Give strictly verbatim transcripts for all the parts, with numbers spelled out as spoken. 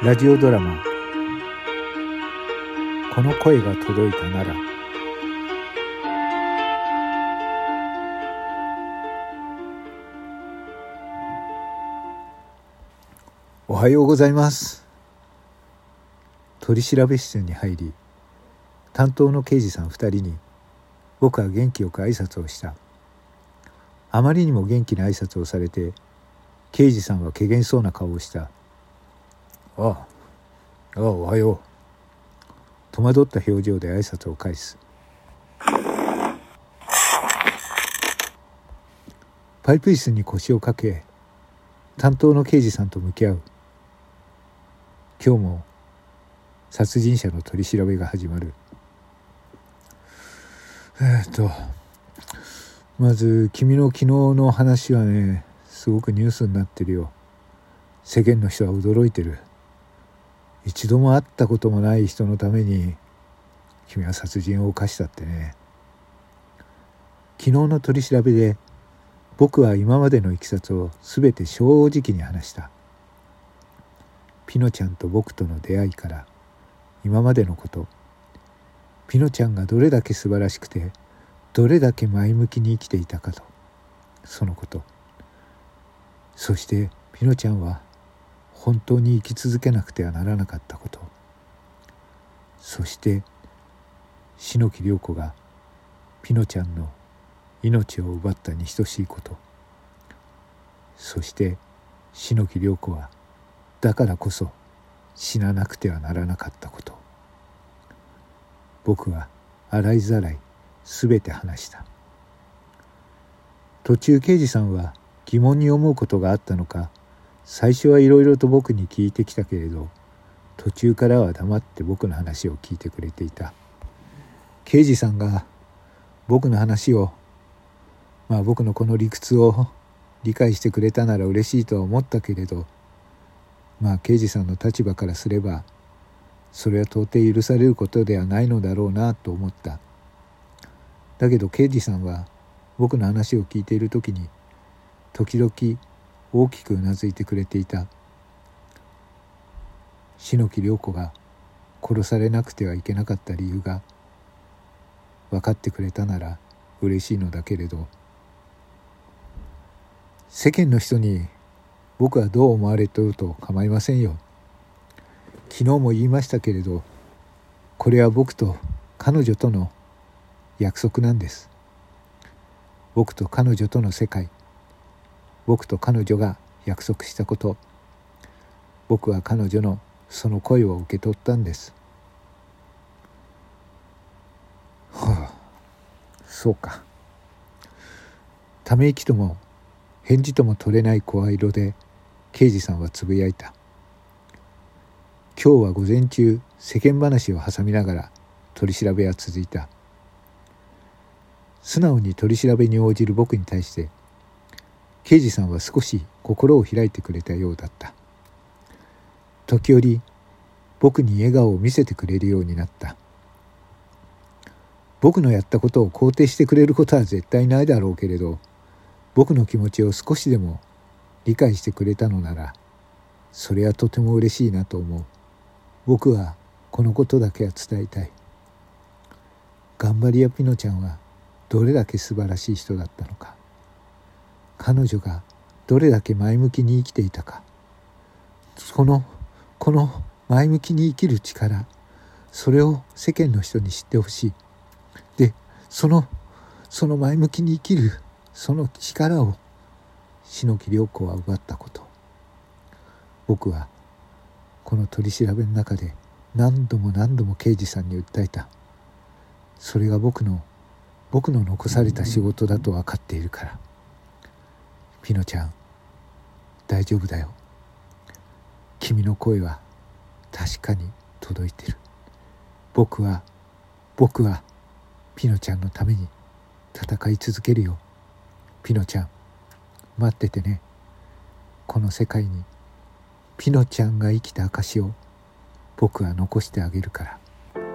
ラジオドラマこの声が届いたなら。おはようございます。取り調べ室に入り、担当の刑事さんふたりに僕は元気よく挨拶をした。あまりにも元気な挨拶をされて、刑事さんは怪げそうな顔をした。ああ、ああ、おはよう。戸惑った表情で挨拶を返す。パイプ椅子に腰をかけ、担当の刑事さんと向き合う。今日も殺人者の取り調べが始まる。えー、っとまず君の昨日の話はね、すごくニュースになってるよ。世間の人は驚いてる。一度も会ったこともない人のために君は殺人を犯したってね。昨日の取り調べで僕は今までのいきさつをすべて正直に話した。ピノちゃんと僕との出会いから今までのこと、ピノちゃんがどれだけ素晴らしくてどれだけ前向きに生きていたかと、そのこと、そしてピノちゃんは本当に生き続けなくてはならなかったこと、そして篠木涼子がピノちゃんの命を奪ったに等しいこと、そして篠木涼子はだからこそ死ななくてはならなかったこと、僕は洗いざらいすべて話した。途中刑事さんは疑問に思うことがあったのか、最初はいろいろと僕に聞いてきたけれど、途中からは黙って僕の話を聞いてくれていた。刑事さんが僕の話を、まあ僕のこの理屈を理解してくれたなら嬉しいとは思ったけれど、まあ刑事さんの立場からすればそれは到底許されることではないのだろうなと思った。だけど刑事さんは僕の話を聞いているときに時々大きくうなずいてくれていた。篠木涼子が殺されなくてはいけなかった理由が分かってくれたなら嬉しいのだけれど、世間の人に僕はどう思われとると構いませんよ。昨日も言いましたけれど、これは僕と彼女との約束なんです。僕と彼女との世界、僕と彼女が約束したこと、僕は彼女のその声を受け取ったんです。はあ、そうか。ため息とも返事とも取れない声色で刑事さんはつぶやいた。今日は午前中世間話を挟みながら取り調べは続いた。素直に取り調べに応じる僕に対して刑事さんは少し心を開いてくれたようだった。時折僕に笑顔を見せてくれるようになった。僕のやったことを肯定してくれることは絶対ないだろうけれど、僕の気持ちを少しでも理解してくれたのならそれはとても嬉しいなと思う。僕はこのことだけは伝えたい。頑張り屋ピノちゃんはどれだけ素晴らしい人だったのか、彼女がどれだけ前向きに生きていたか、このこの前向きに生きる力、それを世間の人に知ってほしい。で、そのその前向きに生きるその力を篠木涼子は奪ったこと、僕はこの取り調べの中で何度も何度も刑事さんに訴えた。それが僕の僕の残された仕事だと分かっているから。ピノちゃん、大丈夫だよ。君の声は確かに届いてる。僕は僕はピノちゃんのために戦い続けるよ。ピノちゃん、待っててね。この世界にピノちゃんが生きた証を僕は残してあげるから。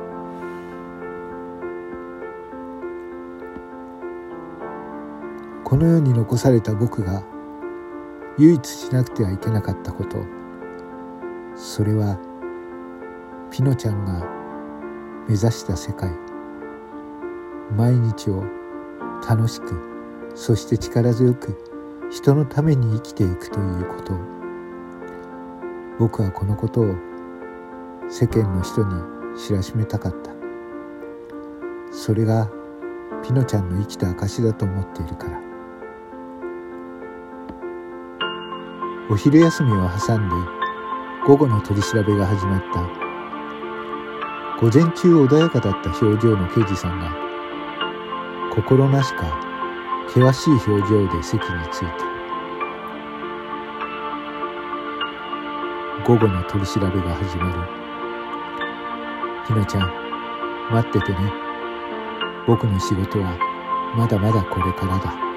この世に残された僕が唯一しなくてはいけなかったこと、 それはピノちゃんが目指した世界、毎日を楽しく、そして力強く人のために生きていくということ。僕はこのことを世間の人に知らしめたかった。それがピノちゃんの生きた証だと思っているから。お昼休みを挟んで午後の取り調べが始まった。午前中穏やかだった表情の刑事さんが心なしか険しい表情で席に着いた。午後の取り調べが始まる。ピノちゃん、待っててね。僕の仕事はまだまだこれからだ。